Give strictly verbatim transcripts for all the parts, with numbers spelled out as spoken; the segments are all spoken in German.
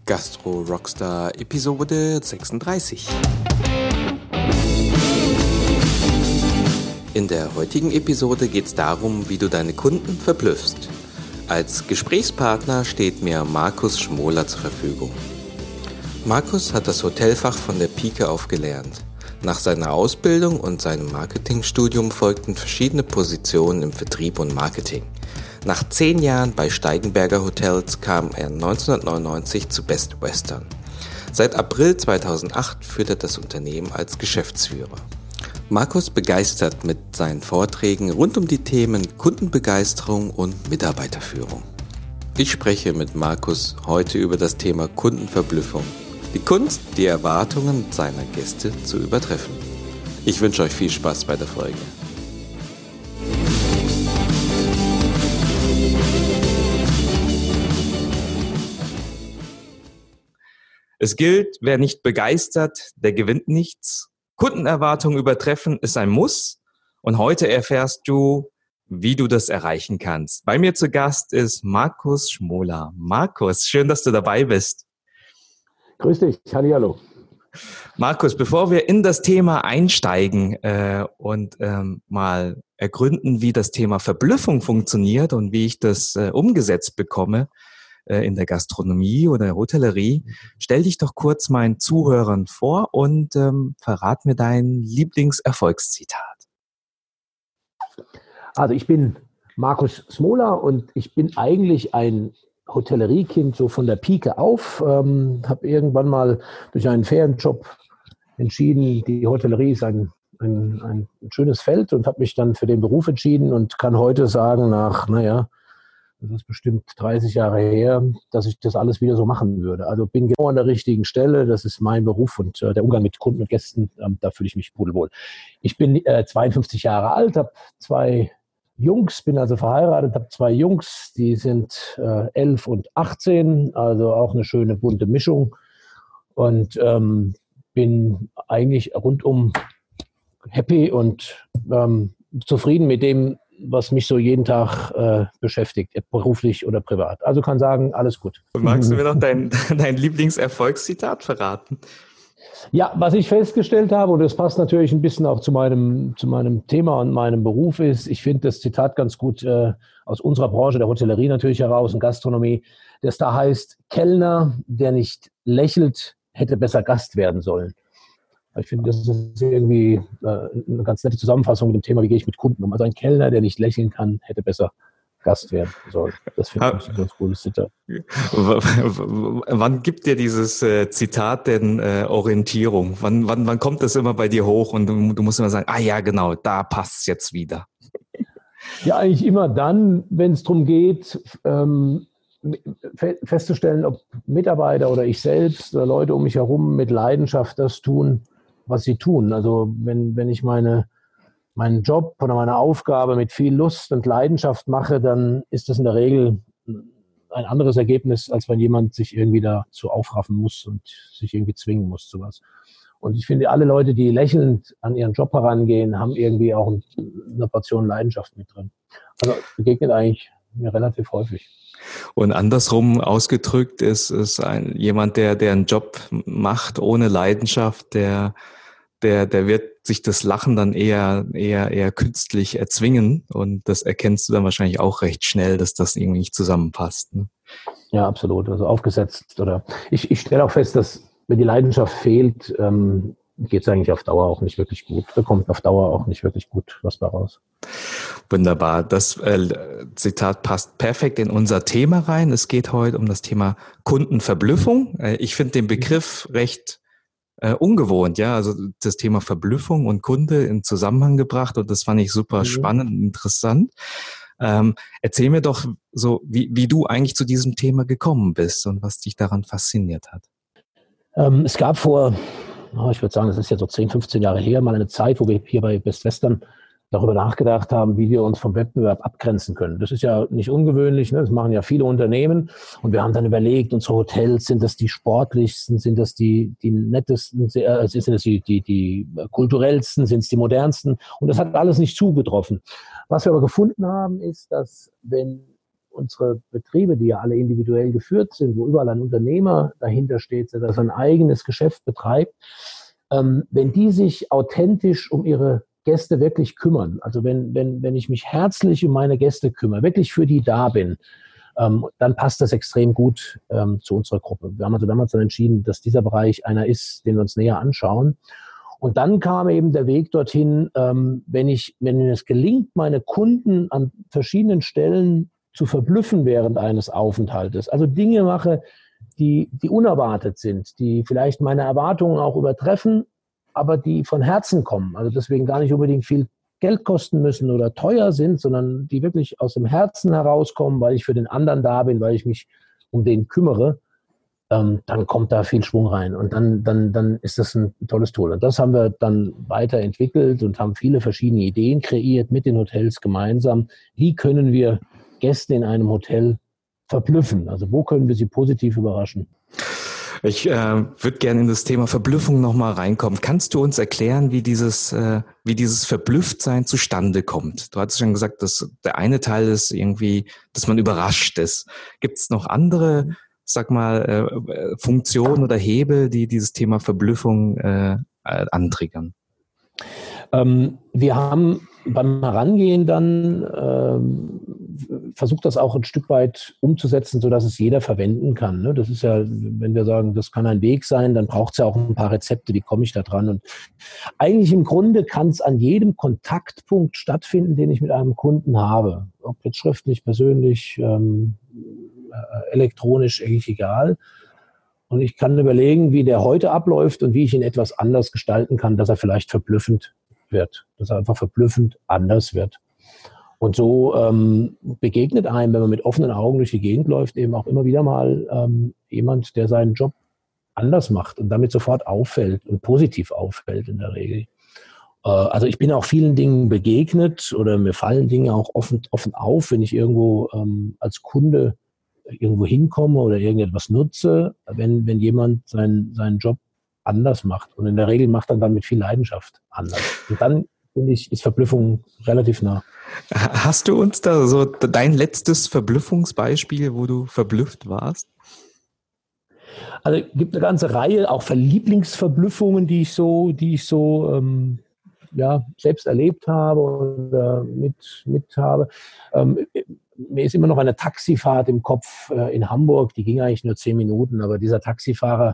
Gastro Rockstar Episode sechsunddreißig. In der heutigen Episode geht es darum, wie du deine Kunden verblüffst. Als Gesprächspartner steht mir Markus Schmoler zur Verfügung. Markus hat das Hotelfach von der Pike auf gelernt. Nach seiner Ausbildung und seinem Marketingstudium folgten verschiedene Positionen im Vertrieb und Marketing. Nach zehn Jahren bei Steigenberger Hotels kam er neunzehnhundertneunundneunzig zu Best Western. Seit April zweitausendacht führt er das Unternehmen als Geschäftsführer. Markus begeistert mit seinen Vorträgen rund um die Themen Kundenbegeisterung und Mitarbeiterführung. Ich spreche mit Markus heute über das Thema Kundenverblüffung. Die Kunst, die Erwartungen seiner Gäste zu übertreffen. Ich wünsche euch viel Spaß bei der Folge. Es gilt, wer nicht begeistert, der gewinnt nichts. Kundenerwartungen übertreffen ist ein Muss. Und heute erfährst du, wie du das erreichen kannst. Bei mir zu Gast ist Markus Schmoler. Markus, schön, dass du dabei bist. Grüß dich, hallihallo. Markus, bevor wir in das Thema einsteigen äh, und ähm, mal ergründen, wie das Thema Verblüffung funktioniert und wie ich das äh, umgesetzt bekomme, in der Gastronomie oder der Hotellerie. Stell dich doch kurz meinen Zuhörern vor und ähm, verrat mir dein Lieblingserfolgszitat. Also ich bin Markus Schmoler und ich bin eigentlich ein Hotelleriekind, so von der Pike auf. Ähm, habe irgendwann mal durch einen Ferienjob entschieden, die Hotellerie ist ein, ein, ein schönes Feld und habe mich dann für den Beruf entschieden und kann heute sagen, nach, naja, das ist bestimmt dreißig Jahre her, dass ich das alles wieder so machen würde. Also bin genau an der richtigen Stelle. Das ist mein Beruf und äh, der Umgang mit Kunden und Gästen, ähm, da fühle ich mich pudelwohl. Ich bin äh, zweiundfünfzig Jahre alt, habe zwei Jungs, bin also verheiratet, habe zwei Jungs, die sind äh, elf und achtzehn, also auch eine schöne bunte Mischung und ähm, bin eigentlich rundum happy und ähm, zufrieden mit dem, was mich so jeden Tag äh, beschäftigt, beruflich oder privat. Also kann sagen, alles gut. Magst du mir noch dein, dein Lieblingserfolgszitat verraten? Ja, was ich festgestellt habe, und das passt natürlich ein bisschen auch zu meinem, zu meinem Thema und meinem Beruf ist, ich finde das Zitat ganz gut äh, aus unserer Branche, der Hotellerie natürlich heraus und Gastronomie, das da heißt, Kellner, der nicht lächelt, hätte besser Gast werden sollen. Ich finde, das ist irgendwie äh, eine ganz nette Zusammenfassung mit dem Thema, wie gehe ich mit Kunden um. Also ein Kellner, der nicht lächeln kann, hätte besser Gast werden sollen. Das finde ich ein ganz cooles Zitat. Wann gibt dir dieses äh, Zitat denn äh, Orientierung? Wann, wann, wann kommt das immer bei dir hoch und du, du musst immer sagen, ah ja, genau, da passt es jetzt wieder? Ja, eigentlich immer dann, wenn es darum geht, ähm, festzustellen, ob Mitarbeiter oder ich selbst oder Leute um mich herum mit Leidenschaft das tun, was sie tun. Also wenn, wenn ich meine, meinen Job oder meine Aufgabe mit viel Lust und Leidenschaft mache, dann ist das in der Regel ein anderes Ergebnis, als wenn jemand sich irgendwie dazu aufraffen muss und sich irgendwie zwingen muss zu was. Und ich finde, alle Leute, die lächelnd an ihren Job herangehen, haben irgendwie auch eine Portion Leidenschaft mit drin. Also begegnet eigentlich mir relativ häufig. Und andersrum ausgedrückt ist es ein, jemand, der, der einen Job macht ohne Leidenschaft, der, der, der wird sich das Lachen dann eher, eher, eher künstlich erzwingen. Und das erkennst du dann wahrscheinlich auch recht schnell, dass das irgendwie nicht zusammenpasst. Ne? Ja, absolut. Also aufgesetzt oder ich, ich stelle auch fest, dass wenn die Leidenschaft fehlt, ähm, geht es eigentlich auf Dauer auch nicht wirklich gut. Da kommt auf Dauer auch nicht wirklich gut was bei raus. Wunderbar. Das äh, Zitat passt perfekt in unser Thema rein. Es geht heute um das Thema Kundenverblüffung. Äh, ich finde den Begriff recht äh, ungewohnt, ja. Also das Thema Verblüffung und Kunde in Zusammenhang gebracht und das fand ich super mhm. spannend und interessant. Ähm, erzähl mir doch so, wie, wie du eigentlich zu diesem Thema gekommen bist und was dich daran fasziniert hat. Ähm, es gab vor ich würde sagen, das ist ja so zehn, fünfzehn Jahre her, mal eine Zeit, wo wir hier bei Best Western darüber nachgedacht haben, wie wir uns vom Wettbewerb abgrenzen können. Das ist ja nicht ungewöhnlich, ne? Das machen ja viele Unternehmen und wir haben dann überlegt, unsere Hotels, sind das die sportlichsten, sind das die, die nettesten, äh, sind das die, die, die kulturellsten, sind es die modernsten und das hat alles nicht zugetroffen. Was wir aber gefunden haben, ist, dass wenn unsere Betriebe, die ja alle individuell geführt sind, wo überall ein Unternehmer dahinter steht, der sein eigenes Geschäft betreibt, ähm, wenn die sich authentisch um ihre Gäste wirklich kümmern, also wenn, wenn, wenn ich mich herzlich um meine Gäste kümmere, wirklich für die da bin, ähm, dann passt das extrem gut ähm, zu unserer Gruppe. Wir haben also damals dann entschieden, dass dieser Bereich einer ist, den wir uns näher anschauen. Und dann kam eben der Weg dorthin, ähm, wenn ich, wenn es gelingt, meine Kunden an verschiedenen Stellen zu verblüffen während eines Aufenthaltes, also Dinge mache, die, die unerwartet sind, die vielleicht meine Erwartungen auch übertreffen, aber die von Herzen kommen, also deswegen gar nicht unbedingt viel Geld kosten müssen oder teuer sind, sondern die wirklich aus dem Herzen herauskommen, weil ich für den anderen da bin, weil ich mich um den kümmere. Ähm, dann kommt da viel Schwung rein und dann, dann, dann ist das ein tolles Tool. Und das haben wir dann weiterentwickelt und haben viele verschiedene Ideen kreiert mit den Hotels gemeinsam. Wie können wir Gäste in einem Hotel verblüffen? Also wo können wir sie positiv überraschen? Ich äh, würde gerne in das Thema Verblüffung nochmal reinkommen. Kannst du uns erklären, wie dieses, äh, wie dieses Verblüfftsein zustande kommt? Du hattest schon gesagt, dass der eine Teil ist irgendwie, dass man überrascht ist. Gibt es noch andere, sag mal, äh, Funktionen oder Hebel, die dieses Thema Verblüffung äh, äh, antriggern? Ähm, wir haben beim Herangehen dann ähm, versucht, das auch ein Stück weit umzusetzen, sodass es jeder verwenden kann. Ne? Das ist ja, wenn wir sagen, das kann ein Weg sein, dann braucht es ja auch ein paar Rezepte, wie komme ich da dran? Und eigentlich im Grunde kann es an jedem Kontaktpunkt stattfinden, den ich mit einem Kunden habe. Ob jetzt schriftlich, persönlich, ähm, elektronisch, eigentlich egal. Und ich kann überlegen, wie der heute abläuft und wie ich ihn etwas anders gestalten kann, dass er vielleicht verblüffend wird, dass er einfach verblüffend anders wird. Und so ähm, begegnet einem, wenn man mit offenen Augen durch die Gegend läuft, eben auch immer wieder mal ähm, jemand, der seinen Job anders macht und damit sofort auffällt und positiv auffällt in der Regel. Äh, also ich bin auch vielen Dingen begegnet oder mir fallen Dinge auch offen, offen auf, wenn ich irgendwo ähm, als Kunde irgendwo hinkomme oder irgendetwas nutze, wenn, wenn jemand seinen, seinen Job anders macht. Und in der Regel macht er dann mit viel Leidenschaft anders. Und dann, finde ich, ist Verblüffung relativ nah. Hast du uns da so dein letztes Verblüffungsbeispiel, wo du verblüfft warst? Also es gibt eine ganze Reihe auch von Lieblingsverblüffungen, die ich so, die ich so ähm, ja, selbst erlebt habe oder mit, mit habe. Ähm, mir ist immer noch eine Taxifahrt im Kopf äh, in Hamburg, die ging eigentlich nur zehn Minuten, aber dieser Taxifahrer,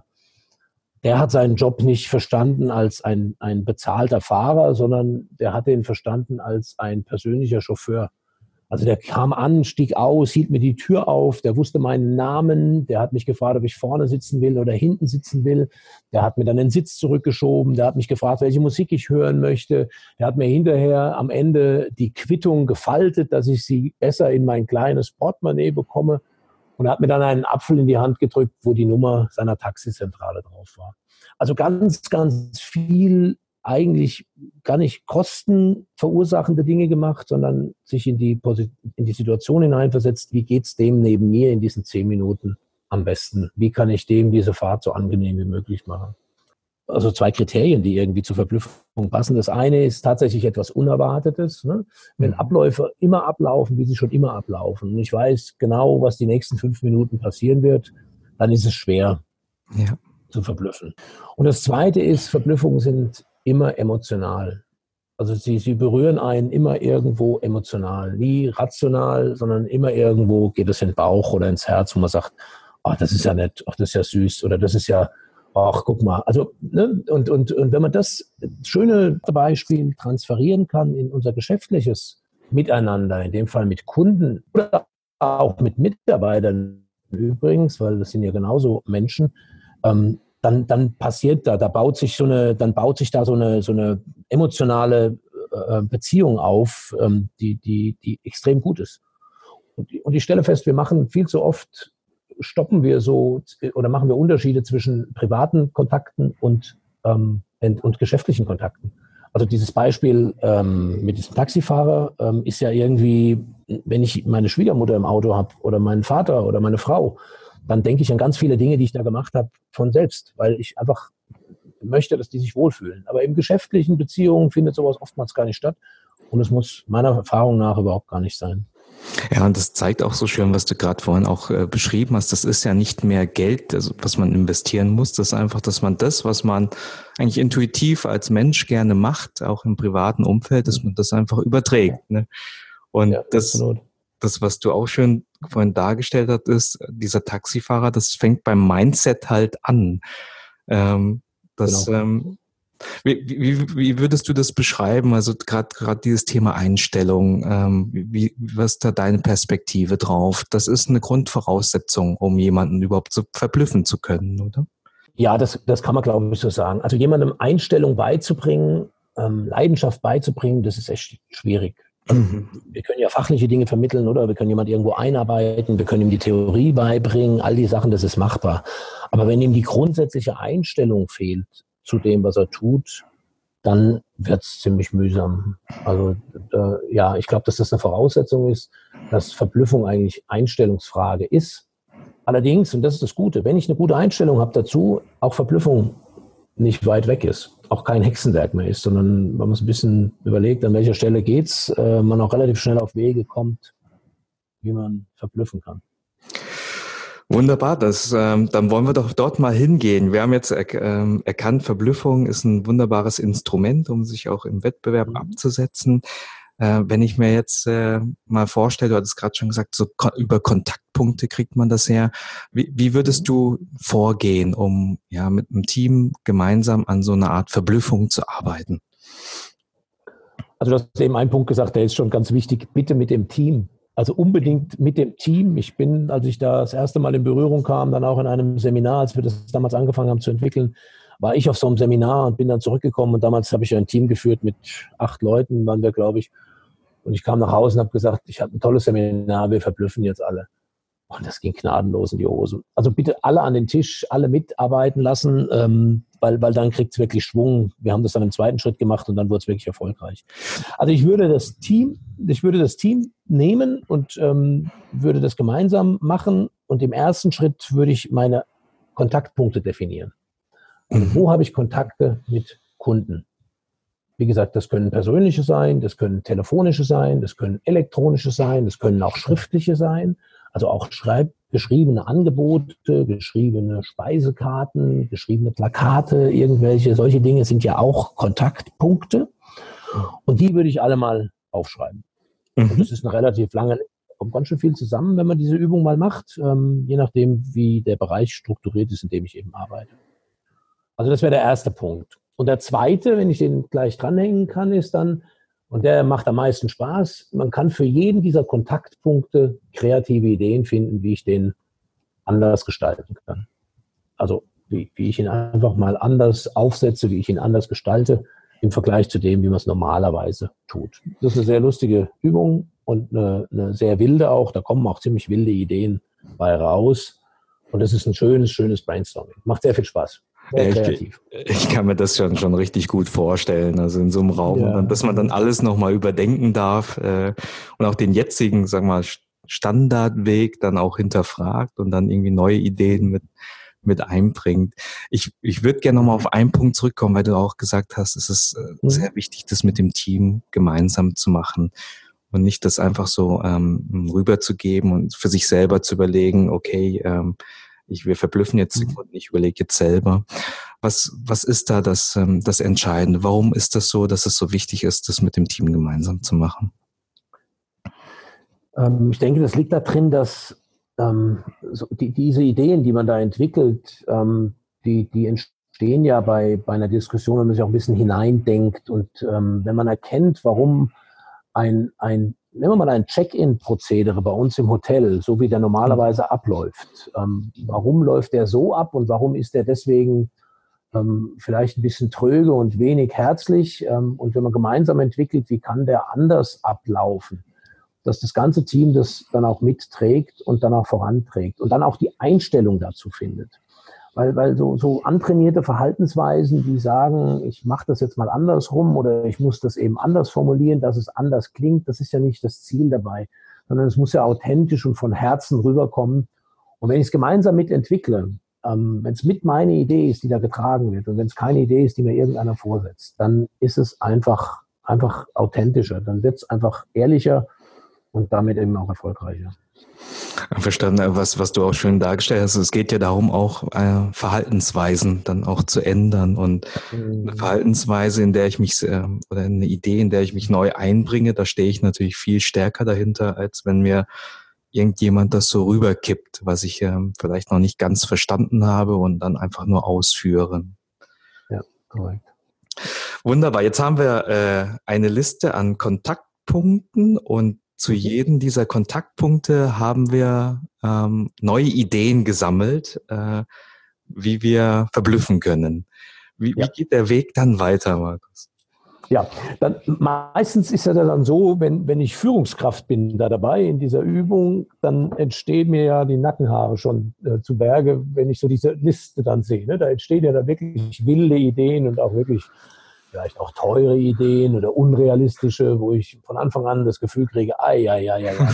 der hat seinen Job nicht verstanden als ein, ein bezahlter Fahrer, sondern der hat ihn verstanden als ein persönlicher Chauffeur. Also der kam an, stieg aus, hielt mir die Tür auf, der wusste meinen Namen, der hat mich gefragt, ob ich vorne sitzen will oder hinten sitzen will. Der hat mir dann den Sitz zurückgeschoben, der hat mich gefragt, welche Musik ich hören möchte. Der hat mir hinterher am Ende die Quittung gefaltet, dass ich sie besser in mein kleines Portemonnaie bekomme. Und er hat mir dann einen Apfel in die Hand gedrückt, wo die Nummer seiner Taxizentrale drauf war. Also ganz, ganz viel eigentlich gar nicht kostenverursachende Dinge gemacht, sondern sich in die, in die Situation hineinversetzt, wie geht's dem neben mir in diesen zehn Minuten am besten? Wie kann ich dem diese Fahrt so angenehm wie möglich machen? Also zwei Kriterien, die irgendwie zur Verblüffung passen. Das eine ist tatsächlich etwas Unerwartetes. Ne? Wenn Abläufe immer ablaufen, wie sie schon immer ablaufen, und ich weiß genau, was die nächsten fünf Minuten passieren wird, dann ist es schwer ja. zu verblüffen. Und das zweite ist, Verblüffungen sind immer emotional. Also sie, sie berühren einen immer irgendwo emotional. Nie rational, sondern immer irgendwo geht es in den Bauch oder ins Herz, wo man sagt, ach, das ist ja nett, ach, das ist ja süß oder das ist ja, ach, guck mal. Also, ne? und, und, und wenn man das schöne Beispiel transferieren kann in unser geschäftliches Miteinander, in dem Fall mit Kunden oder auch mit Mitarbeitern übrigens, weil das sind ja genauso Menschen, ähm, Dann, dann passiert da, da baut sich so eine, dann baut sich da so eine, so eine emotionale äh, Beziehung auf, ähm, die, die, die extrem gut ist. Und, und ich stelle fest, wir machen viel zu oft, stoppen wir so oder machen wir Unterschiede zwischen privaten Kontakten und, ähm, und, und geschäftlichen Kontakten. Also dieses Beispiel ähm, mit diesem Taxifahrer ähm, ist ja irgendwie, wenn ich meine Schwiegermutter im Auto habe oder meinen Vater oder meine Frau, dann denke ich an ganz viele Dinge, die ich da gemacht habe, von selbst, weil ich einfach möchte, dass die sich wohlfühlen. Aber in geschäftlichen Beziehungen findet sowas oftmals gar nicht statt und es muss meiner Erfahrung nach überhaupt gar nicht sein. Ja, und das zeigt auch so schön, was du gerade vorhin auch äh, beschrieben hast. Das ist ja nicht mehr Geld, also, was man investieren muss. Das ist einfach, dass man das, was man eigentlich intuitiv als Mensch gerne macht, auch im privaten Umfeld, dass man das einfach überträgt. Ne? Und Ja, das, absolut. das, was du auch schön vorhin dargestellt hast, ist, dieser Taxifahrer, das fängt beim Mindset halt an. Ähm, das, Genau. ähm, Wie, wie, wie würdest du das beschreiben? Also gerade gerade dieses Thema Einstellung, ähm, wie, was ist da deine Perspektive drauf? Das ist eine Grundvoraussetzung, um jemanden überhaupt so verblüffen zu können, oder? Ja, das, das kann man, glaube ich, so sagen. Also jemandem Einstellung beizubringen, ähm, Leidenschaft beizubringen, das ist echt schwierig. Also Mhm. wir können ja fachliche Dinge vermitteln, oder wir können jemand irgendwo einarbeiten, wir können ihm die Theorie beibringen, all die Sachen, das ist machbar. Aber wenn ihm die grundsätzliche Einstellung fehlt zu dem, was er tut, dann wird es ziemlich mühsam. Also äh, ja, ich glaube, dass das eine Voraussetzung ist, dass Verblüffung eigentlich Einstellungsfrage ist. Allerdings, und das ist das Gute, wenn ich eine gute Einstellung habe dazu, auch Verblüffung nicht weit weg ist, auch kein Hexenwerk mehr ist, sondern wenn man es ein bisschen überlegt, an welcher Stelle geht's, äh, man auch relativ schnell auf Wege kommt, wie man verblüffen kann. Wunderbar, das, ähm, dann wollen wir doch dort mal hingehen. Wir haben jetzt er, ähm, erkannt, Verblüffung ist ein wunderbares Instrument, um sich auch im Wettbewerb mhm. abzusetzen. Äh, wenn ich mir jetzt äh, mal vorstelle, du hattest gerade schon gesagt, so ko- über Kontaktpunkte kriegt man das her. Wie, wie würdest du vorgehen, um ja mit einem Team gemeinsam an so einer Art Verblüffung zu arbeiten? Also du hast eben einen Punkt gesagt, der ist schon ganz wichtig, bitte mit dem Team. Also unbedingt mit dem Team. Ich bin, als ich da das erste Mal in Berührung kam, dann auch in einem Seminar, als wir das damals angefangen haben zu entwickeln, war ich auf so einem Seminar und bin dann zurückgekommen. Und damals habe ich ein Team geführt mit acht Leuten, waren wir, glaube ich. Und ich kam nach Hause und habe gesagt, ich hatte ein tolles Seminar, wir verblüffen jetzt alle. Und das ging gnadenlos in die Hose. Also bitte alle an den Tisch, alle mitarbeiten lassen, ähm, weil, weil dann kriegt es wirklich Schwung. Wir haben das dann im zweiten Schritt gemacht und dann wurde es wirklich erfolgreich. Also ich würde das Team, ich würde das Team nehmen und ähm, würde das gemeinsam machen. Und im ersten Schritt würde ich meine Kontaktpunkte definieren. Also mhm. wo habe ich Kontakte mit Kunden? Wie gesagt, das können persönliche sein, das können telefonische sein, das können elektronische sein, das können auch schriftliche sein. Also auch schreib, geschriebene Angebote, geschriebene Speisekarten, geschriebene Plakate, irgendwelche, solche Dinge sind ja auch Kontaktpunkte. Und die würde ich alle mal aufschreiben. Mhm. Und das ist eine relativ lange, kommt ganz schön viel zusammen, wenn man diese Übung mal macht, ähm, je nachdem, wie der Bereich strukturiert ist, in dem ich eben arbeite. Also das wäre der erste Punkt. Und der zweite, wenn ich den gleich dranhängen kann, ist dann, und der macht am meisten Spaß, man kann für jeden dieser Kontaktpunkte kreative Ideen finden, wie ich den anders gestalten kann. Also wie, wie ich ihn einfach mal anders aufsetze, wie ich ihn anders gestalte, im Vergleich zu dem, wie man es normalerweise tut. Das ist eine sehr lustige Übung und eine, eine sehr wilde auch. Da kommen auch ziemlich wilde Ideen bei raus. Und das ist ein schönes, schönes Brainstorming. Macht sehr viel Spaß. Sehr kreativ. Ich, ich kann mir das schon, schon richtig gut vorstellen, also in so einem Raum, ja. Dass man dann alles nochmal überdenken darf äh, und auch den jetzigen, sagen wir mal, Standardweg dann auch hinterfragt und dann irgendwie neue Ideen mit mit einbringt. Ich, ich würde gerne nochmal auf einen Punkt zurückkommen, weil du auch gesagt hast, es ist äh, mhm. sehr wichtig, das mit dem Team gemeinsam zu machen und nicht das einfach so ähm, rüberzugeben und für sich selber zu überlegen, okay, ähm, Ich, wir verblüffen jetzt die Kunden, ich überlege jetzt selber. Was, was ist da das, das Entscheidende? Warum ist das so, dass es so wichtig ist, das mit dem Team gemeinsam zu machen? Ähm, ich denke, das liegt da drin, dass ähm, so die, diese Ideen, die man da entwickelt, ähm, die, die entstehen ja bei, bei einer Diskussion, wenn man sich auch ein bisschen hineindenkt und ähm, wenn man erkennt, warum ein, ein nehmen wir mal ein Check-in-Prozedere bei uns im Hotel, so wie der normalerweise abläuft. Ähm, warum läuft der so ab und warum ist der deswegen ähm, vielleicht ein bisschen tröge und wenig herzlich? Ähm, und wenn man gemeinsam entwickelt, wie kann der anders ablaufen? Dass das ganze Team das dann auch mitträgt und dann auch voranträgt und dann auch die Einstellung dazu findet. Weil, weil so, so antrainierte Verhaltensweisen, die sagen, ich mache das jetzt mal andersrum oder ich muss das eben anders formulieren, dass es anders klingt, das ist ja nicht das Ziel dabei, sondern es muss ja authentisch und von Herzen rüberkommen. Und wenn ich es gemeinsam mitentwickle, ähm, wenn es mit meine Idee ist, die da getragen wird und wenn es keine Idee ist, die mir irgendeiner vorsetzt, dann ist es einfach, einfach authentischer, dann wird es einfach ehrlicher und damit eben auch erfolgreicher. Verstanden, was, was du auch schön dargestellt hast. Es geht ja darum, auch äh, Verhaltensweisen dann auch zu ändern und eine Verhaltensweise, in der ich mich, äh, oder eine Idee, in der ich mich neu einbringe, da stehe ich natürlich viel stärker dahinter, als wenn mir irgendjemand das so rüberkippt, was ich äh, vielleicht noch nicht ganz verstanden habe und dann einfach nur ausführe. Ja, korrekt. Wunderbar. Jetzt haben wir äh, eine Liste an Kontaktpunkten und zu jedem dieser Kontaktpunkte haben wir ähm, neue Ideen gesammelt, äh, wie wir verblüffen können. Wie, ja. wie geht der Weg dann weiter, Markus? Ja, dann meistens ist ja dann so, wenn, wenn ich Führungskraft bin da dabei in dieser Übung, dann entstehen mir ja die Nackenhaare schon äh, zu Berge, wenn ich so diese Liste dann sehe. Ne? Da entstehen ja da wirklich wilde Ideen und auch wirklich vielleicht auch teure Ideen oder unrealistische, wo ich von Anfang an das Gefühl kriege, ai, ai, ai, ai.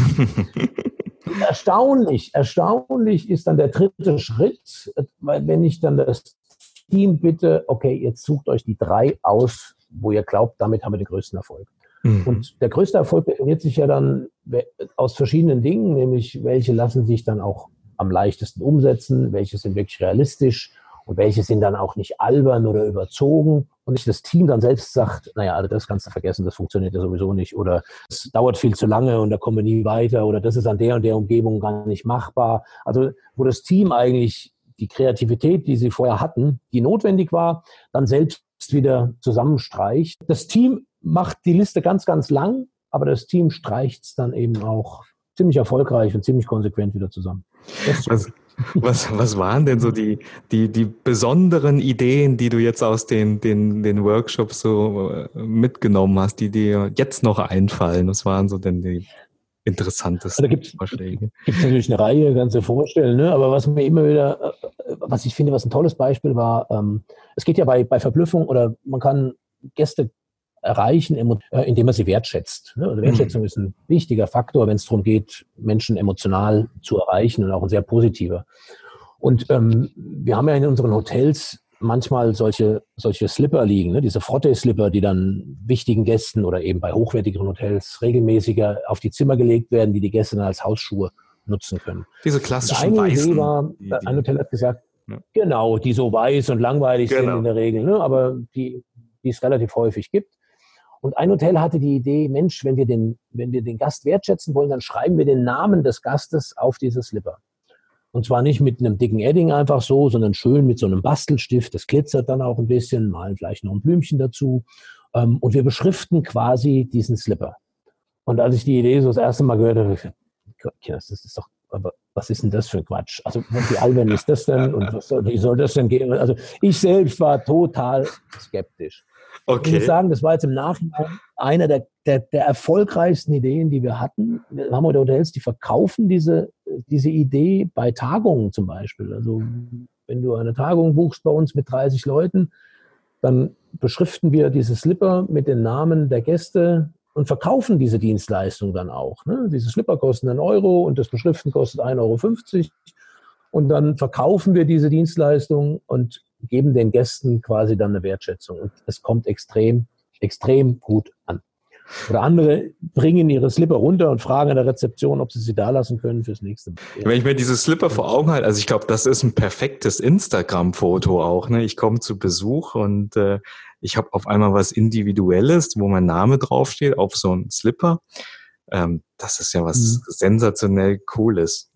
Erstaunlich, erstaunlich ist dann der dritte Schritt, weil wenn ich dann das Team bitte, okay, jetzt sucht euch die drei aus, wo ihr glaubt, damit haben wir den größten Erfolg. Mhm. Und der größte Erfolg definiert sich ja dann aus verschiedenen Dingen, nämlich welche lassen sich dann auch am leichtesten umsetzen, welche sind wirklich realistisch und welche sind dann auch nicht albern oder überzogen. Und nicht das Team dann selbst sagt, naja, also das kannst du vergessen, das funktioniert ja sowieso nicht oder es dauert viel zu lange und da kommen wir nie weiter oder das ist an der und der Umgebung gar nicht machbar. Also wo das Team eigentlich die Kreativität, die sie vorher hatten, die notwendig war, dann selbst wieder zusammenstreicht. Das Team macht die Liste ganz, ganz lang, aber das Team streicht es dann eben auch ziemlich erfolgreich und ziemlich konsequent wieder zusammen. Was, was, was waren denn so die, die, die besonderen Ideen, die du jetzt aus den, den, den Workshops so mitgenommen hast, die dir jetzt noch einfallen? Was waren so denn die interessantesten also gibt's, Vorschläge? Gibt es natürlich eine Reihe, kannst du dir vorstellen, ne? Aber was mir immer wieder, was ich finde, was ein tolles Beispiel war, ähm, es geht ja bei, bei Verblüffung oder man kann Gäste erreichen, indem man sie wertschätzt. Also Wertschätzung mhm. ist ein wichtiger Faktor, wenn es darum geht, Menschen emotional zu erreichen und auch ein sehr positiver. Und ähm, wir haben ja in unseren Hotels manchmal solche, solche Slipper liegen, ne? Diese Frottee-Slipper, die dann wichtigen Gästen oder eben bei hochwertigeren Hotels regelmäßiger auf die Zimmer gelegt werden, die die Gäste dann als Hausschuhe nutzen können. Diese klassischen eine weißen. Idee war, die, die, ein Hotel hat gesagt, ja. genau, die so weiß und langweilig genau. sind in der Regel, ne? Aber die, die es relativ häufig gibt. Und ein Hotel hatte die Idee, Mensch, wenn wir den, wenn wir den Gast wertschätzen wollen, dann schreiben wir den Namen des Gastes auf diese Slipper. Und zwar nicht mit einem dicken Edding einfach so, sondern schön mit so einem Bastelstift. Das glitzert dann auch ein bisschen, malen vielleicht noch ein Blümchen dazu. Und wir beschriften quasi diesen Slipper. Und als ich die Idee so das erste Mal gehört habe, ich gesagt, das ist doch, aber was ist denn das für ein Quatsch? Also wie albern ist das denn? Und was soll, wie soll das denn gehen? Also ich selbst war total skeptisch. Okay. Ich muss sagen, das war jetzt im Nachhinein einer der, der, der erfolgreichsten Ideen, die wir hatten. Wir haben heute Hotels, die verkaufen diese, diese Idee bei Tagungen zum Beispiel. Also wenn du eine Tagung buchst bei uns mit dreißig Leuten, dann beschriften wir diese Slipper mit den Namen der Gäste und verkaufen diese Dienstleistung dann auch. Ne? Diese Slipper kosten einen Euro und das Beschriften kostet ein Euro fünfzig. Und dann verkaufen wir diese Dienstleistung und geben den Gästen quasi dann eine Wertschätzung. Und es kommt extrem, extrem gut an. Oder andere bringen ihre Slipper runter und fragen an der Rezeption, ob sie sie da lassen können fürs nächste Mal. Wenn ich mir diese Slipper vor Augen halte, also ich glaube, das ist ein perfektes Instagram-Foto auch. Ne? Ich komme zu Besuch und äh, ich habe auf einmal was Individuelles, wo mein Name draufsteht, auf so einen Slipper. Ähm, das ist ja was mhm. sensationell Cooles.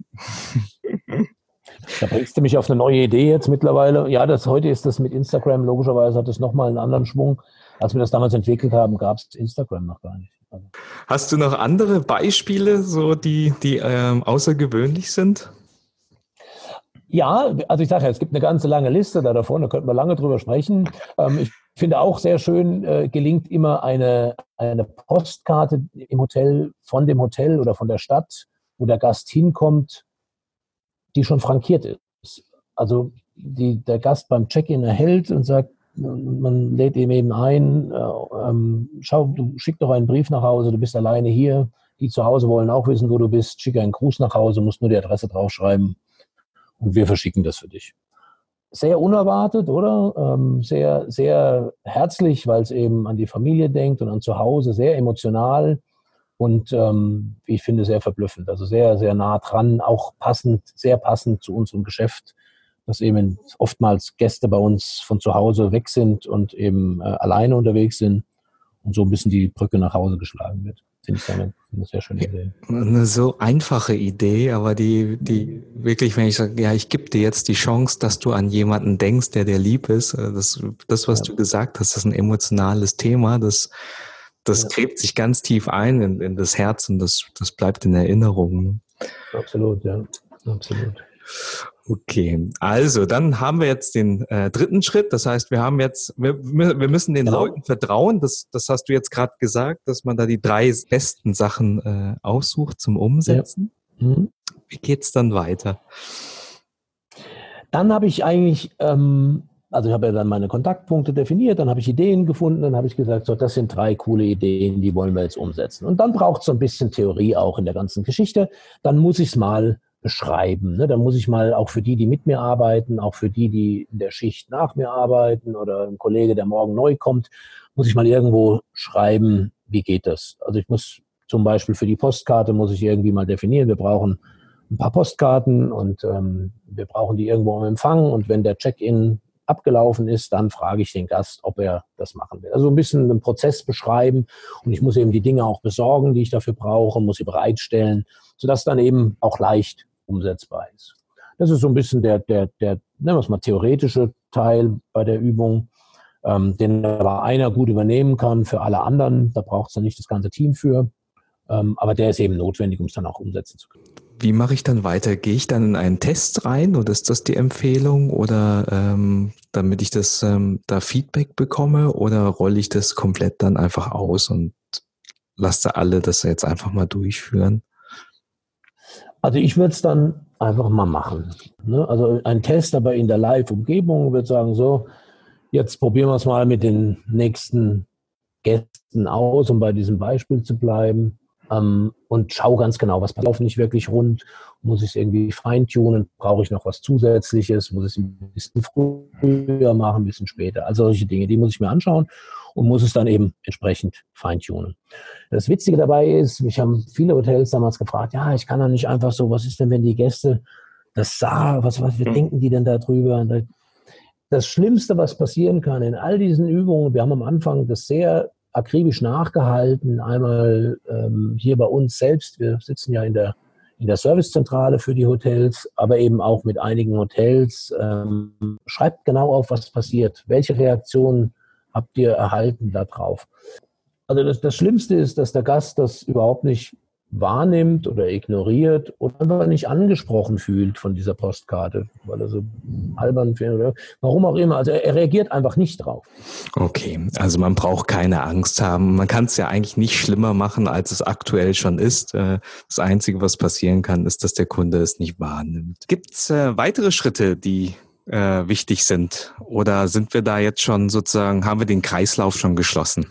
Da bringst du mich auf eine neue Idee jetzt mittlerweile. Ja, das heute ist das mit Instagram, logischerweise hat es nochmal einen anderen Schwung. Als wir das damals entwickelt haben, gab es Instagram noch gar nicht. Also. Hast du noch andere Beispiele, so die, die ähm, außergewöhnlich sind? Ja, also ich sage ja, es gibt eine ganze lange Liste da davon, da könnten wir lange drüber sprechen. Ähm, ich finde auch sehr schön, äh, gelingt immer eine, eine Postkarte im Hotel, von dem Hotel oder von der Stadt, wo der Gast hinkommt, die schon frankiert ist. Also die der Gast beim Check-in erhält und sagt, man lädt ihm eben ein, äh, ähm, schau, du schick doch einen Brief nach Hause, du bist alleine hier, die zu Hause wollen auch wissen, wo du bist, schick einen Gruß nach Hause, musst nur die Adresse draufschreiben und wir verschicken das für dich. Sehr unerwartet, oder? Ähm, sehr, sehr herzlich, weil es eben an die Familie denkt und an zu Hause, sehr emotional. und ähm, ich finde sehr verblüffend. Also sehr, sehr nah dran, auch passend, sehr passend zu unserem Geschäft, dass eben oftmals Gäste bei uns von zu Hause weg sind und eben äh, alleine unterwegs sind und so ein bisschen die Brücke nach Hause geschlagen wird. Finde ich eine, eine sehr schöne Idee. Eine so einfache Idee, aber die, die wirklich, wenn ich sage, ja, ich gebe dir jetzt die Chance, dass du an jemanden denkst, der dir lieb ist, das, das was ja. du gesagt hast, das ist ein emotionales Thema, das, das ja. gräbt sich ganz tief ein in, in das Herz und das, das bleibt in Erinnerung. Absolut, ja, absolut. Okay, also dann haben wir jetzt den äh, dritten Schritt. Das heißt, wir haben jetzt, wir, wir müssen den genau. Leuten vertrauen. Das, das hast du jetzt gerade gesagt, dass man da die drei besten Sachen äh, aussucht zum Umsetzen. Ja. Mhm. Wie geht's dann weiter? Dann habe ich eigentlich, ähm, also ich habe ja dann meine Kontaktpunkte definiert, dann habe ich Ideen gefunden, dann habe ich gesagt, so, das sind drei coole Ideen, die wollen wir jetzt umsetzen. Und dann braucht es so ein bisschen Theorie auch in der ganzen Geschichte. Dann muss ich es mal beschreiben. Ne? Da muss ich mal auch für die, die mit mir arbeiten, auch für die, die in der Schicht nach mir arbeiten oder ein Kollege, der morgen neu kommt, muss ich mal irgendwo schreiben, wie geht das? Also ich muss zum Beispiel für die Postkarte, muss ich irgendwie mal definieren, wir brauchen ein paar Postkarten und ähm, wir brauchen die irgendwo am Empfang und wenn der Check-in abgelaufen ist, dann frage ich den Gast, ob er das machen will. Also ein bisschen einen Prozess beschreiben und ich muss eben die Dinge auch besorgen, die ich dafür brauche, muss sie bereitstellen, sodass dann eben auch leicht umsetzbar ist. Das ist so ein bisschen der, der, der, nennen wir es mal, theoretische Teil bei der Übung, ähm, den aber einer gut übernehmen kann für alle anderen. Da braucht es dann nicht das ganze Team für, ähm, aber der ist eben notwendig, um es dann auch umsetzen zu können. Wie mache ich dann weiter? Gehe ich dann in einen Test rein oder ist das die Empfehlung oder ähm, damit ich das ähm, da Feedback bekomme oder rolle ich das komplett dann einfach aus und lasse alle das jetzt einfach mal durchführen? Also ich würde es dann einfach mal machen. Ne? Also ein Test aber in der Live-Umgebung würde sagen, so, jetzt probieren wir es mal mit den nächsten Gästen aus, um bei diesem Beispiel zu bleiben. Ähm, und schau ganz genau, was läuft nicht wirklich rund. Muss ich es irgendwie feintunen? Brauche ich noch was Zusätzliches? Muss ich es ein bisschen früher machen, ein bisschen später? Also solche Dinge, die muss ich mir anschauen und muss es dann eben entsprechend feintunen. Das Witzige dabei ist, mich haben viele Hotels damals gefragt, ja, ich kann doch nicht einfach so, was ist denn, wenn die Gäste das sagen, was, was was denken die denn da drüber? Das Schlimmste, was passieren kann in all diesen Übungen, wir haben am Anfang das sehr akribisch nachgehalten, einmal ähm, hier bei uns selbst, wir sitzen ja in der, in der Servicezentrale für die Hotels, aber eben auch mit einigen Hotels. Ähm, schreibt genau auf, was passiert, welche Reaktionen habt ihr erhalten darauf. Also das, das Schlimmste ist, dass der Gast das überhaupt nicht wahrnimmt oder ignoriert oder einfach nicht angesprochen fühlt von dieser Postkarte, weil er so albern findet oder warum auch immer. Also er, er reagiert einfach nicht drauf. Okay, also man braucht keine Angst haben. Man kann es ja eigentlich nicht schlimmer machen, als es aktuell schon ist. Das Einzige, was passieren kann, ist, dass der Kunde es nicht wahrnimmt. Gibt es äh, weitere Schritte, die äh, wichtig sind? Oder sind wir da jetzt schon sozusagen, haben wir den Kreislauf schon geschlossen?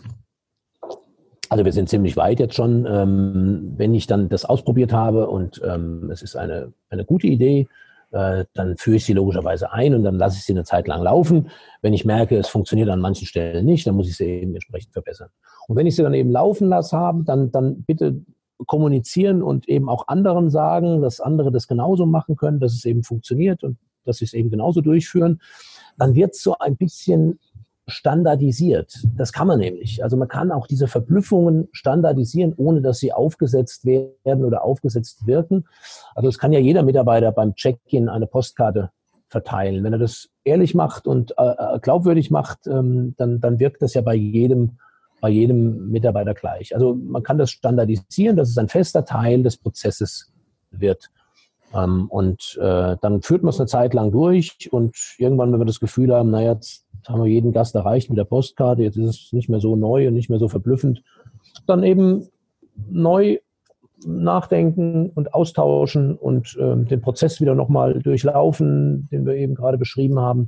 Also wir sind ziemlich weit jetzt schon. Ähm, wenn ich dann das ausprobiert habe und ähm, es ist eine, eine gute Idee, äh, dann führe ich sie logischerweise ein und dann lasse ich sie eine Zeit lang laufen. Wenn ich merke, es funktioniert an manchen Stellen nicht, dann muss ich sie eben entsprechend verbessern. Und wenn ich sie dann eben laufen lasse haben, dann, dann bitte kommunizieren und eben auch anderen sagen, dass andere das genauso machen können, dass es eben funktioniert und dass sie es eben genauso durchführen. Dann wird es so ein bisschen standardisiert. Das kann man nämlich. Also man kann auch diese Verblüffungen standardisieren, ohne dass sie aufgesetzt werden oder aufgesetzt wirken. Also es kann ja jeder Mitarbeiter beim Check-in eine Postkarte verteilen. Wenn er das ehrlich macht und äh, glaubwürdig macht, ähm, dann, dann wirkt das ja bei jedem, bei jedem Mitarbeiter gleich. Also man kann das standardisieren, dass es ein fester Teil des Prozesses wird. Ähm, und äh, dann führt man es eine Zeit lang durch und irgendwann, wenn wir das Gefühl haben, naja, jetzt haben wir jeden Gast erreicht mit der Postkarte, jetzt ist es nicht mehr so neu und nicht mehr so verblüffend, dann eben neu nachdenken und austauschen und ähm, den Prozess wieder nochmal durchlaufen, den wir eben gerade beschrieben haben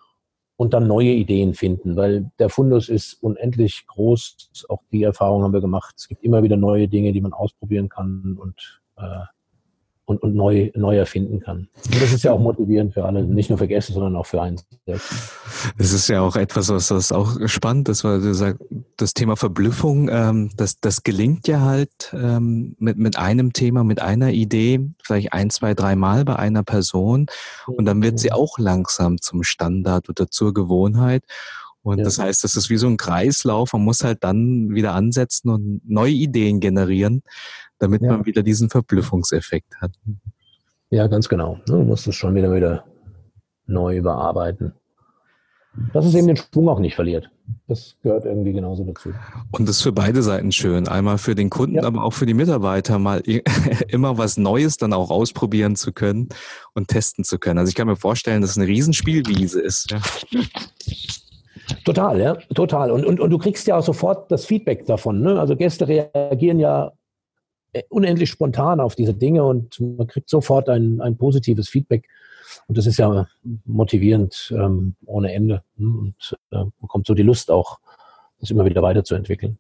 und dann neue Ideen finden, weil der Fundus ist unendlich groß. Auch die Erfahrung haben wir gemacht. Es gibt immer wieder neue Dinge, die man ausprobieren kann und äh, und, und neu, neu erfinden kann. Und das ist ja auch motivierend für alle, nicht nur für Gäste, sondern auch für einen selbst. Es ist ja auch etwas, was das auch spannend ist, weil du sagst, das Thema Verblüffung, ähm, das, das gelingt ja halt ähm, mit, mit einem Thema, mit einer Idee, vielleicht ein, zwei, drei Mal bei einer Person und dann wird sie auch langsam zum Standard oder zur Gewohnheit. Und ja. Das heißt, das ist wie so ein Kreislauf. Man muss halt dann wieder ansetzen und neue Ideen generieren, damit ja. man wieder diesen Verblüffungseffekt hat. Ja, ganz genau. Du musst es schon wieder wieder neu überarbeiten. Dass es eben den Schwung auch nicht verliert. Das gehört irgendwie genauso dazu. Und das ist für beide Seiten schön. Einmal für den Kunden, ja. aber auch für die Mitarbeiter, mal immer was Neues dann auch ausprobieren zu können und testen zu können. Also ich kann mir vorstellen, dass es eine Riesenspielwiese ist. Ja. Total, ja, total. Und, und, und du kriegst ja auch sofort das Feedback davon. Ne? Also Gäste reagieren ja unendlich spontan auf diese Dinge und man kriegt sofort ein, ein positives Feedback. Und das ist ja motivierend ähm, ohne Ende. Und äh, bekommt so die Lust auch, das immer wieder weiterzuentwickeln.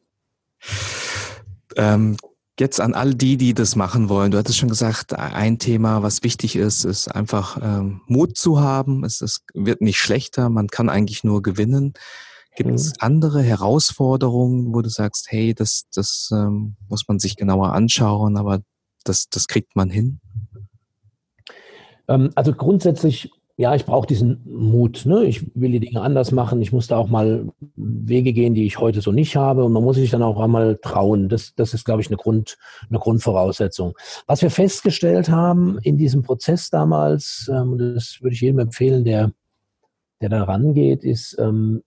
Ähm, jetzt an all die, die das machen wollen. Du hattest schon gesagt, ein Thema, was wichtig ist, ist einfach ähm, Mut zu haben. Es, es wird nicht schlechter, man kann eigentlich nur gewinnen. Gibt es mhm. andere Herausforderungen, wo du sagst, hey, das, das ähm, muss man sich genauer anschauen, aber das, das kriegt man hin? Ähm, also grundsätzlich, ja, ich brauche diesen Mut. Ne? Ich will die Dinge anders machen. Ich muss da auch mal Wege gehen, die ich heute so nicht habe. Und man muss sich dann auch einmal trauen. Das, das ist, glaube ich, eine, Grund, eine Grundvoraussetzung. Was wir festgestellt haben in diesem Prozess damals, ähm, das würde ich jedem empfehlen, der, der da rangeht, ist, ähm,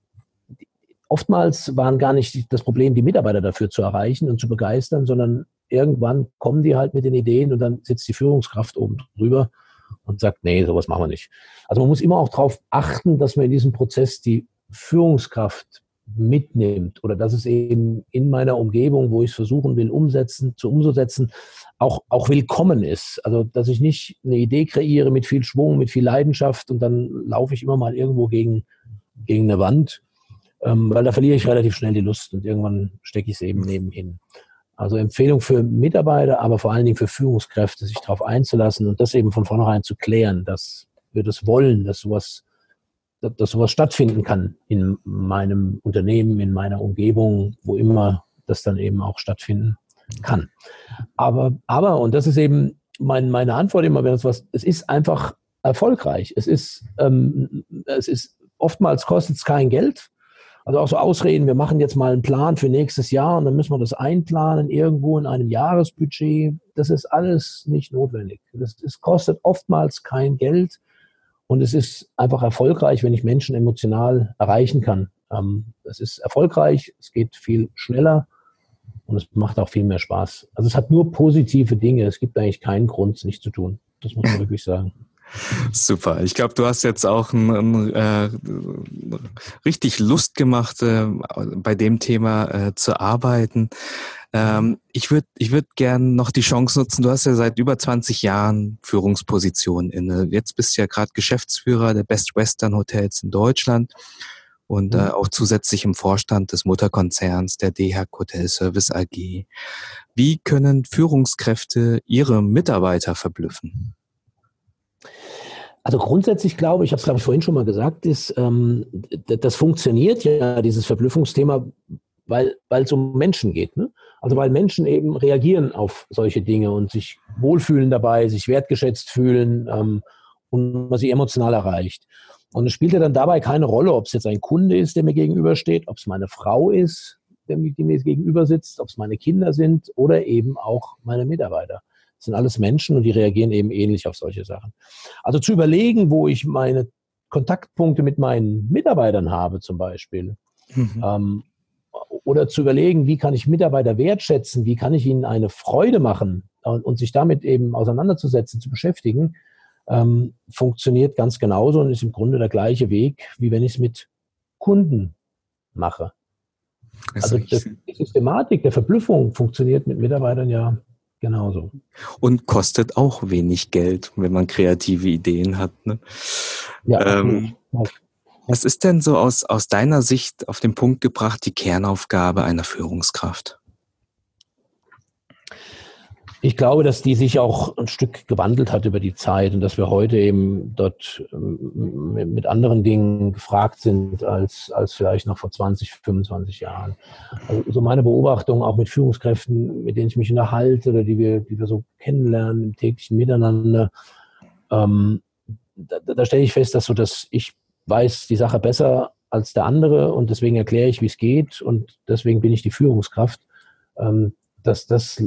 oftmals waren gar nicht das Problem, die Mitarbeiter dafür zu erreichen und zu begeistern, sondern irgendwann kommen die halt mit den Ideen und dann sitzt die Führungskraft oben drüber und sagt, nee, sowas machen wir nicht. Also man muss immer auch darauf achten, dass man in diesem Prozess die Führungskraft mitnimmt oder dass es eben in meiner Umgebung, wo ich es versuchen will, umsetzen, zu umzusetzen, auch, auch willkommen ist. Also dass ich nicht eine Idee kreiere mit viel Schwung, mit viel Leidenschaft und dann laufe ich immer mal irgendwo gegen, gegen eine Wand, ähm, weil da verliere ich relativ schnell die Lust und irgendwann stecke ich es eben nebenhin. Also Empfehlung für Mitarbeiter, aber vor allen Dingen für Führungskräfte, sich darauf einzulassen und das eben von vornherein zu klären, dass wir das wollen, dass sowas, dass sowas stattfinden kann in meinem Unternehmen, in meiner Umgebung, wo immer das dann eben auch stattfinden kann. Aber, aber und das ist eben mein, meine Antwort immer, wenn es was, es ist einfach erfolgreich. Es ist, ähm, es ist oftmals kostet es kein Geld. Also auch so Ausreden, wir machen jetzt mal einen Plan für nächstes Jahr und dann müssen wir das einplanen irgendwo in einem Jahresbudget. Das ist alles nicht notwendig. Das, das kostet oftmals kein Geld und es ist einfach erfolgreich, wenn ich Menschen emotional erreichen kann. Ähm, es ist erfolgreich, es geht viel schneller und es macht auch viel mehr Spaß. Also es hat nur positive Dinge. Es gibt eigentlich keinen Grund, es nicht zu tun. Das muss man wirklich sagen. Super. Ich glaube, du hast jetzt auch ein, ein, äh, richtig Lust gemacht, äh, bei dem Thema äh, zu arbeiten. Ähm, ich würde ich würd gern noch die Chance nutzen, du hast ja seit über zwanzig Jahren Führungspositionen inne. Jetzt bist du ja gerade Geschäftsführer der Best Western Hotels in Deutschland und äh, auch zusätzlich im Vorstand des Mutterkonzerns der D H A C Hotel Service A G. Wie können Führungskräfte ihre Mitarbeiter verblüffen? Also grundsätzlich glaube ich, ich habe es glaube ich vorhin schon mal gesagt, ist, ähm, das funktioniert ja, dieses Verblüffungsthema, weil weil es um Menschen geht. Ne? Also weil Menschen eben reagieren auf solche Dinge und sich wohlfühlen dabei, sich wertgeschätzt fühlen ähm, und man sie emotional erreicht. Und es spielt ja dann dabei keine Rolle, ob es jetzt ein Kunde ist, der mir gegenübersteht, ob es meine Frau ist, der mir, die mir gegenüber sitzt, ob es meine Kinder sind oder eben auch meine Mitarbeiter. Das sind alles Menschen und die reagieren eben ähnlich auf solche Sachen. Also zu überlegen, wo ich meine Kontaktpunkte mit meinen Mitarbeitern habe zum Beispiel. Mhm. Ähm, oder zu überlegen, wie kann ich Mitarbeiter wertschätzen, wie kann ich ihnen eine Freude machen und, und sich damit eben auseinanderzusetzen, zu beschäftigen, ähm, funktioniert ganz genauso und ist im Grunde der gleiche Weg, wie wenn ich es mit Kunden mache. Also das, die Systematik der Verblüffung funktioniert mit Mitarbeitern ja genauso. Und kostet auch wenig Geld, wenn man kreative Ideen hat. Ne? Ja, ähm, was ist denn so aus, aus deiner Sicht auf den Punkt gebracht die Kernaufgabe einer Führungskraft? Ich glaube, dass die sich auch ein Stück gewandelt hat über die Zeit und dass wir heute eben dort mit anderen Dingen gefragt sind als, als vielleicht noch vor zwanzig, fünfundzwanzig Jahren. Also so meine Beobachtung auch mit Führungskräften, mit denen ich mich unterhalte oder die wir, die wir so kennenlernen im täglichen Miteinander, ähm, da, da stelle ich fest, dass so, dass ich weiß die Sache besser als der andere und deswegen erkläre ich, wie es geht und deswegen bin ich die Führungskraft, ähm, dass das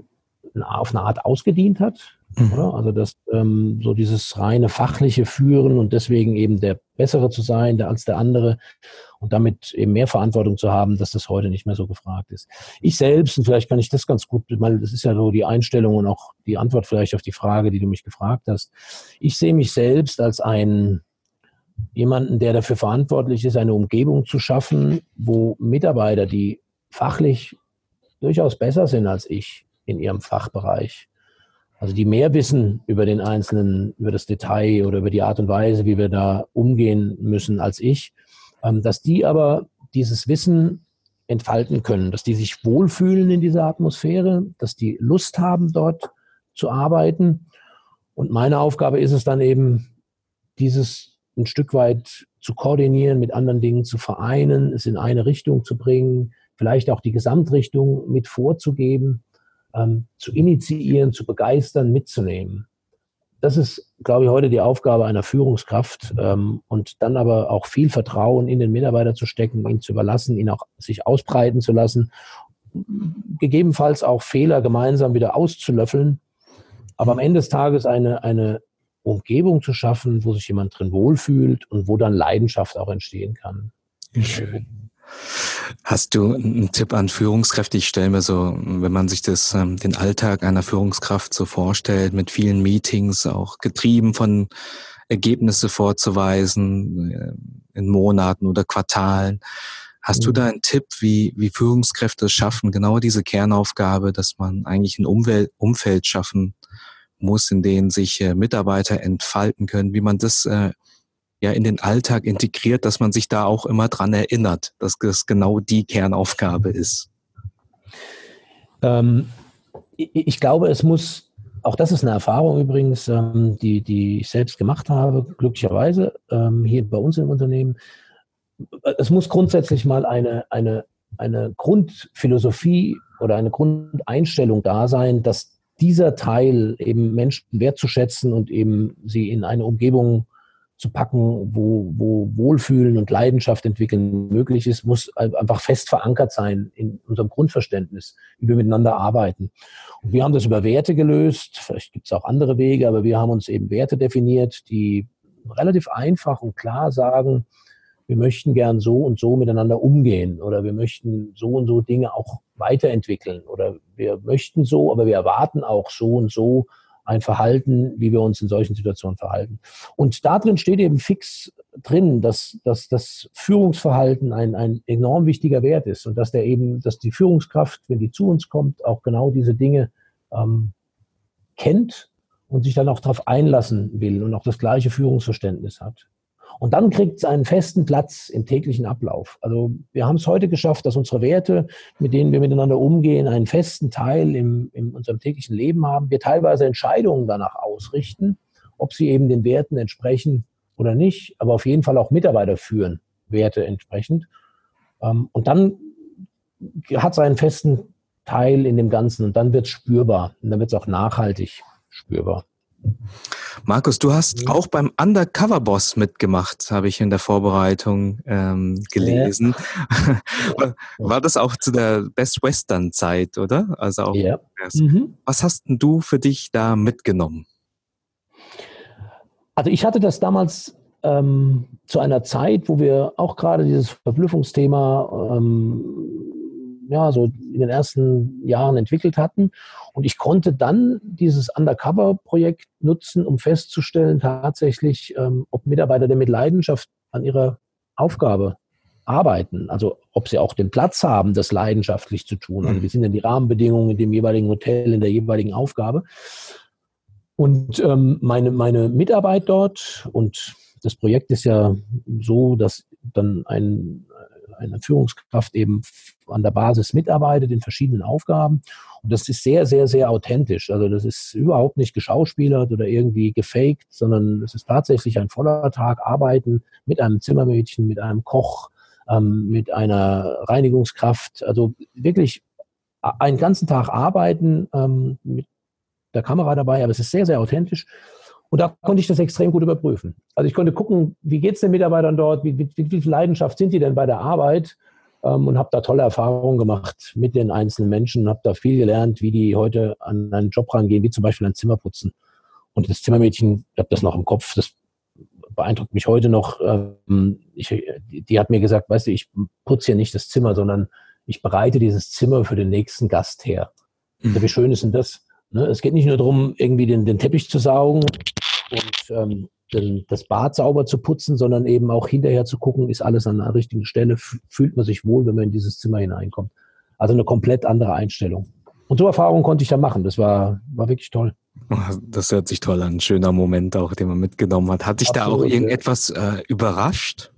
auf eine Art ausgedient hat. Mhm. Oder? Also dass ähm, so dieses reine fachliche Führen und deswegen eben der Bessere zu sein der, als der andere und damit eben mehr Verantwortung zu haben, dass das heute nicht mehr so gefragt ist. Ich selbst, und vielleicht kann ich das ganz gut, weil das ist ja so die Einstellung und auch die Antwort vielleicht auf die Frage, die du mich gefragt hast. Ich sehe mich selbst als einen jemanden, der dafür verantwortlich ist, eine Umgebung zu schaffen, wo Mitarbeiter, die fachlich durchaus besser sind als ich, in ihrem Fachbereich. Also die mehr wissen über den Einzelnen, über das Detail oder über die Art und Weise, wie wir da umgehen müssen als ich, dass die aber dieses Wissen entfalten können, dass die sich wohlfühlen in dieser Atmosphäre, dass die Lust haben, dort zu arbeiten. Und meine Aufgabe ist es dann eben, dieses ein Stück weit zu koordinieren, mit anderen Dingen zu vereinen, es in eine Richtung zu bringen, vielleicht auch die Gesamtrichtung mit vorzugeben, Ähm, zu initiieren, zu begeistern, mitzunehmen. Das ist, glaube ich, heute die Aufgabe einer Führungskraft ähm, und dann aber auch viel Vertrauen in den Mitarbeiter zu stecken, ihn zu überlassen, ihn auch sich ausbreiten zu lassen, gegebenenfalls auch Fehler gemeinsam wieder auszulöffeln, aber am Ende des Tages eine, eine Umgebung zu schaffen, wo sich jemand drin wohlfühlt und wo dann Leidenschaft auch entstehen kann. Schön. Hast du einen Tipp an Führungskräfte? Ich stelle mir so, wenn man sich das, den Alltag einer Führungskraft so vorstellt, mit vielen Meetings, auch getrieben von Ergebnisse vorzuweisen, in Monaten oder Quartalen. Hast mhm. du da einen Tipp, wie, wie Führungskräfte es schaffen, genau diese Kernaufgabe, dass man eigentlich ein Umwelt, Umfeld schaffen muss, in dem sich Mitarbeiter entfalten können, wie man das ja in den Alltag integriert, dass man sich da auch immer dran erinnert, dass das genau die Kernaufgabe ist? Ähm, ich, ich glaube, es muss, auch das ist eine Erfahrung übrigens, ähm, die, die ich selbst gemacht habe, glücklicherweise, ähm, hier bei uns im Unternehmen. Es muss grundsätzlich mal eine, eine, eine Grundphilosophie oder eine Grundeinstellung da sein, dass dieser Teil eben Menschen wertzuschätzen und eben sie in eine Umgebung zu packen, wo, wo Wohlfühlen und Leidenschaft entwickeln möglich ist, muss einfach fest verankert sein in unserem Grundverständnis, wie wir miteinander arbeiten. Und wir haben das über Werte gelöst, vielleicht gibt es auch andere Wege, aber wir haben uns eben Werte definiert, die relativ einfach und klar sagen, wir möchten gern so und so miteinander umgehen oder wir möchten so und so Dinge auch weiterentwickeln oder wir möchten so, aber wir erwarten auch so und so ein Verhalten, wie wir uns in solchen Situationen verhalten. Und da drin steht eben fix drin, dass, dass das Führungsverhalten ein, ein enorm wichtiger Wert ist und dass der eben, dass die Führungskraft, wenn die zu uns kommt, auch genau diese Dinge ähm, kennt und sich dann auch darauf einlassen will und auch das gleiche Führungsverständnis hat. Und dann kriegt es einen festen Platz im täglichen Ablauf. Also wir haben es heute geschafft, dass unsere Werte, mit denen wir miteinander umgehen, einen festen Teil im, in unserem täglichen Leben haben. Wir teilweise Entscheidungen danach ausrichten, ob sie eben den Werten entsprechen oder nicht, aber auf jeden Fall auch Mitarbeiter führen, Werte entsprechend. Und dann hat es einen festen Teil in dem Ganzen und dann wird es spürbar und dann wird es auch nachhaltig spürbar. Markus, du hast mhm. auch beim Undercover-Boss mitgemacht, habe ich in der Vorbereitung ähm, gelesen. Ja. War das auch zu der Best Western-Zeit, oder? Also auch. Ja. Mhm. Was hast denn du für dich da mitgenommen? Also ich hatte das damals ähm, zu einer Zeit, wo wir auch gerade dieses Verblüffungsthema ähm, ja, so in den ersten Jahren entwickelt hatten. Und ich konnte dann dieses Undercover-Projekt nutzen, um festzustellen tatsächlich, ähm, ob Mitarbeiter denn mit Leidenschaft an ihrer Aufgabe arbeiten. Also ob sie auch den Platz haben, das leidenschaftlich zu tun. Also wie sind denn die Rahmenbedingungen in dem jeweiligen Hotel, in der jeweiligen Aufgabe. Und ähm, meine, meine Mitarbeit dort, und das Projekt ist ja so, dass dann ein eine Führungskraft eben an der Basis mitarbeitet in verschiedenen Aufgaben. Und das ist sehr, sehr, sehr authentisch. Also das ist überhaupt nicht geschauspielert oder irgendwie gefaked, sondern es ist tatsächlich ein voller Tag Arbeiten mit einem Zimmermädchen, mit einem Koch, ähm, mit einer Reinigungskraft. Also wirklich einen ganzen Tag arbeiten ähm, mit der Kamera dabei, aber es ist sehr, sehr authentisch. Und da konnte ich das extrem gut überprüfen. Also ich konnte gucken, wie geht es den Mitarbeitern dort, wie, wie, wie viel Leidenschaft sind die denn bei der Arbeit, ähm, und habe da tolle Erfahrungen gemacht mit den einzelnen Menschen, habe da viel gelernt, wie die heute an einen Job rangehen, wie zum Beispiel ein Zimmer putzen. Und das Zimmermädchen, ich habe das noch im Kopf, das beeindruckt mich heute noch. Ähm, ich, die, die hat mir gesagt, weißt du, ich putze hier nicht das Zimmer, sondern ich bereite dieses Zimmer für den nächsten Gast her. Mhm. Also wie schön ist denn das? Ne? Es geht nicht nur darum, irgendwie den, den Teppich zu saugen und ähm, den, das Bad sauber zu putzen, sondern eben auch hinterher zu gucken, ist alles an der richtigen Stelle, fühlt man sich wohl, wenn man in dieses Zimmer hineinkommt. Also eine komplett andere Einstellung. Und so Erfahrungen konnte ich da machen. Das war, war wirklich toll. Das hört sich toll an. Ein schöner Moment auch, den man mitgenommen hat. Hat dich Absolut, da auch irgendetwas äh, überrascht?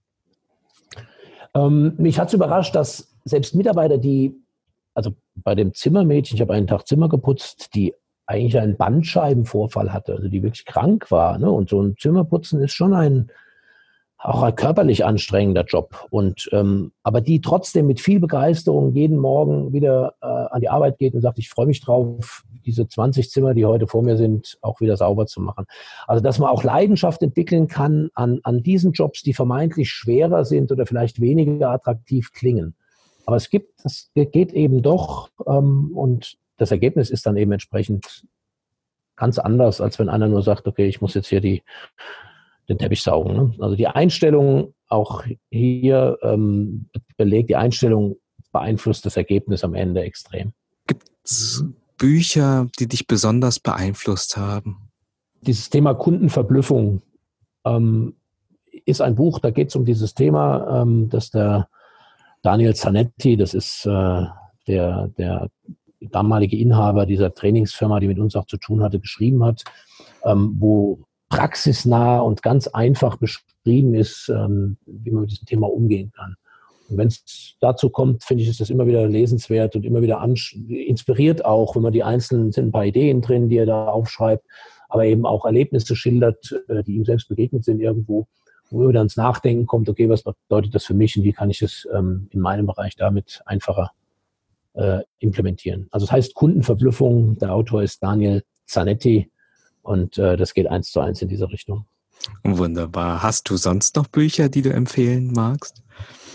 Ähm, mich hat es überrascht, dass selbst Mitarbeiter, die, also bei dem Zimmermädchen, ich habe einen Tag Zimmer geputzt, die eigentlich einen Bandscheibenvorfall hatte, also die wirklich krank war. Ne? Und so ein Zimmerputzen ist schon ein, auch ein körperlich anstrengender Job. Und, ähm, aber die trotzdem mit viel Begeisterung jeden Morgen wieder äh, an die Arbeit geht und sagt, ich freue mich drauf, diese zwanzig Zimmer, die heute vor mir sind, auch wieder sauber zu machen. Also dass man auch Leidenschaft entwickeln kann an, an diesen Jobs, die vermeintlich schwerer sind oder vielleicht weniger attraktiv klingen. Aber es gibt, es geht eben doch, ähm, und das Ergebnis ist dann eben entsprechend ganz anders, als wenn einer nur sagt, okay, ich muss jetzt hier die, den Teppich saugen. Ne? Also die Einstellung, auch hier ähm, belegt, die Einstellung beeinflusst das Ergebnis am Ende extrem. Gibt es Bücher, die dich besonders beeinflusst haben? Dieses Thema Kundenverblüffung ähm, ist ein Buch, da geht es um dieses Thema, ähm, dass der Daniel Zanetti, das ist äh, der, der damalige Inhaber dieser Trainingsfirma, die mit uns auch zu tun hatte, geschrieben hat, ähm, wo praxisnah und ganz einfach beschrieben ist, ähm, wie man mit diesem Thema umgehen kann. Und wenn es dazu kommt, finde ich, ist das immer wieder lesenswert und immer wieder inspiriert auch, wenn man die einzelnen, sind ein paar Ideen drin, die er da aufschreibt, aber eben auch Erlebnisse schildert, äh, die ihm selbst begegnet sind irgendwo, wo er dann ins Nachdenken kommt, okay, was bedeutet das für mich und wie kann ich das ähm, in meinem Bereich damit einfacher äh, implementieren. Also das heißt Kundenverblüffung, der Autor ist Daniel Zanetti und äh, das geht eins zu eins in diese Richtung. Wunderbar. Hast du sonst noch Bücher, die du empfehlen magst?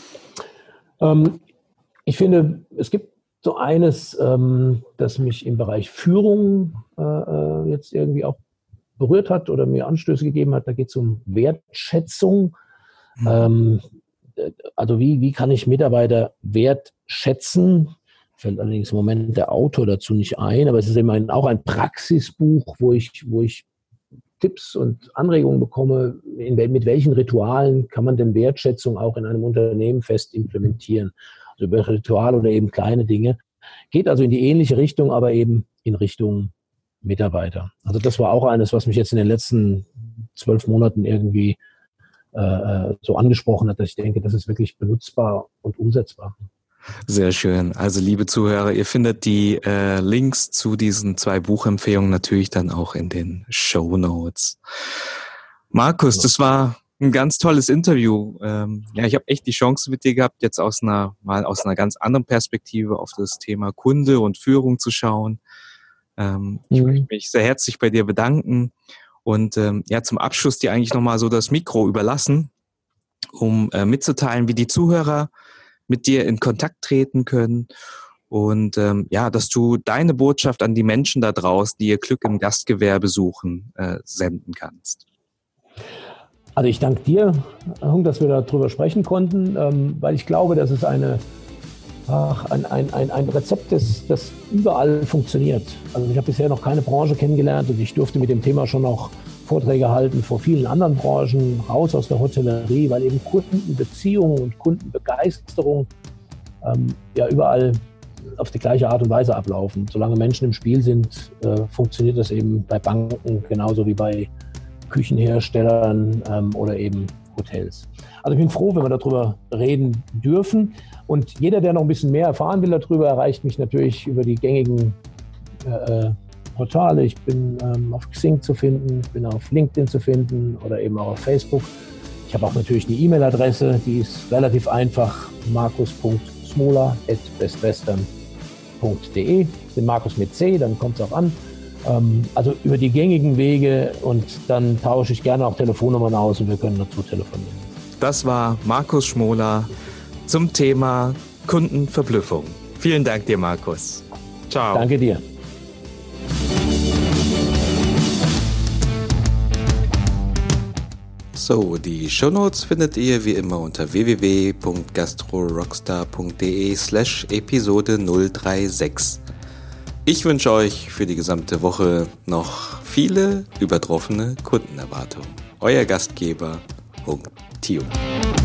Ähm, ich finde, es gibt so eines, ähm, das mich im Bereich Führung äh, jetzt irgendwie auch berührt hat oder mir Anstöße gegeben hat. Da geht es um Wertschätzung. Mhm. Ähm, also wie, wie kann ich Mitarbeiter wertschätzen? Fällt allerdings im Moment der Autor dazu nicht ein, aber es ist eben ein, auch ein Praxisbuch, wo ich, wo ich Tipps und Anregungen bekomme, in, mit welchen Ritualen kann man denn Wertschätzung auch in einem Unternehmen fest implementieren. Also über Rituale oder eben kleine Dinge. Geht also in die ähnliche Richtung, aber eben in Richtung Mitarbeiter. Also das war auch eines, was mich jetzt in den letzten zwölf Monaten irgendwie äh, so angesprochen hat, dass ich denke, das ist wirklich benutzbar und umsetzbar. Sehr schön. Also liebe Zuhörer, ihr findet die äh, Links zu diesen zwei Buchempfehlungen natürlich dann auch in den Shownotes. Markus, ja. Das war ein ganz tolles Interview. Ähm, ja, ich habe echt die Chance mit dir gehabt, jetzt aus einer mal aus einer ganz anderen Perspektive auf das Thema Kunde und Führung zu schauen. Ähm, ich mhm. möchte mich sehr herzlich bei dir bedanken und ähm, ja zum Abschluss dir eigentlich nochmal so das Mikro überlassen, um äh, mitzuteilen, wie die Zuhörer mit dir in Kontakt treten können und ähm, ja, dass du deine Botschaft an die Menschen da draußen, die ihr Glück im Gastgewerbe suchen, äh, senden kannst. Also ich danke dir, Hung, dass wir darüber sprechen konnten, ähm, weil ich glaube, dass es eine, ach, ein, ein, ein, ein Rezept ist, das überall funktioniert. Also ich habe bisher noch keine Branche kennengelernt und ich durfte mit dem Thema schon noch Vorträge halten vor vielen anderen Branchen, raus aus der Hotellerie, weil eben Kundenbeziehungen und Kundenbegeisterung ähm, ja überall auf die gleiche Art und Weise ablaufen. Solange Menschen im Spiel sind, äh, funktioniert das eben bei Banken genauso wie bei Küchenherstellern ähm, oder eben Hotels. Also ich bin froh, wenn wir darüber reden dürfen. Und jeder, der noch ein bisschen mehr erfahren will darüber, erreicht mich natürlich über die gängigen äh, Portale. Ich bin ähm, auf Xing zu finden, ich bin auf LinkedIn zu finden oder eben auch auf Facebook. Ich habe auch natürlich eine E-Mail-Adresse, die ist relativ einfach, markus punkt smola at bestwestern punkt de. Den Markus mit C, dann kommt es auch an. Ähm, also über die gängigen Wege und dann tausche ich gerne auch Telefonnummern aus und wir können dazu telefonieren. Das war Markus Schmola zum Thema Kundenverblüffung. Vielen Dank dir, Markus. Ciao. Danke dir. So, die Shownotes findet ihr wie immer unter w w w punkt gastrorockstar punkt de slash Episode null drei sechs. Ich wünsche euch für die gesamte Woche noch viele übertroffene Kundenerwartungen. Euer Gastgeber, Hung Tio.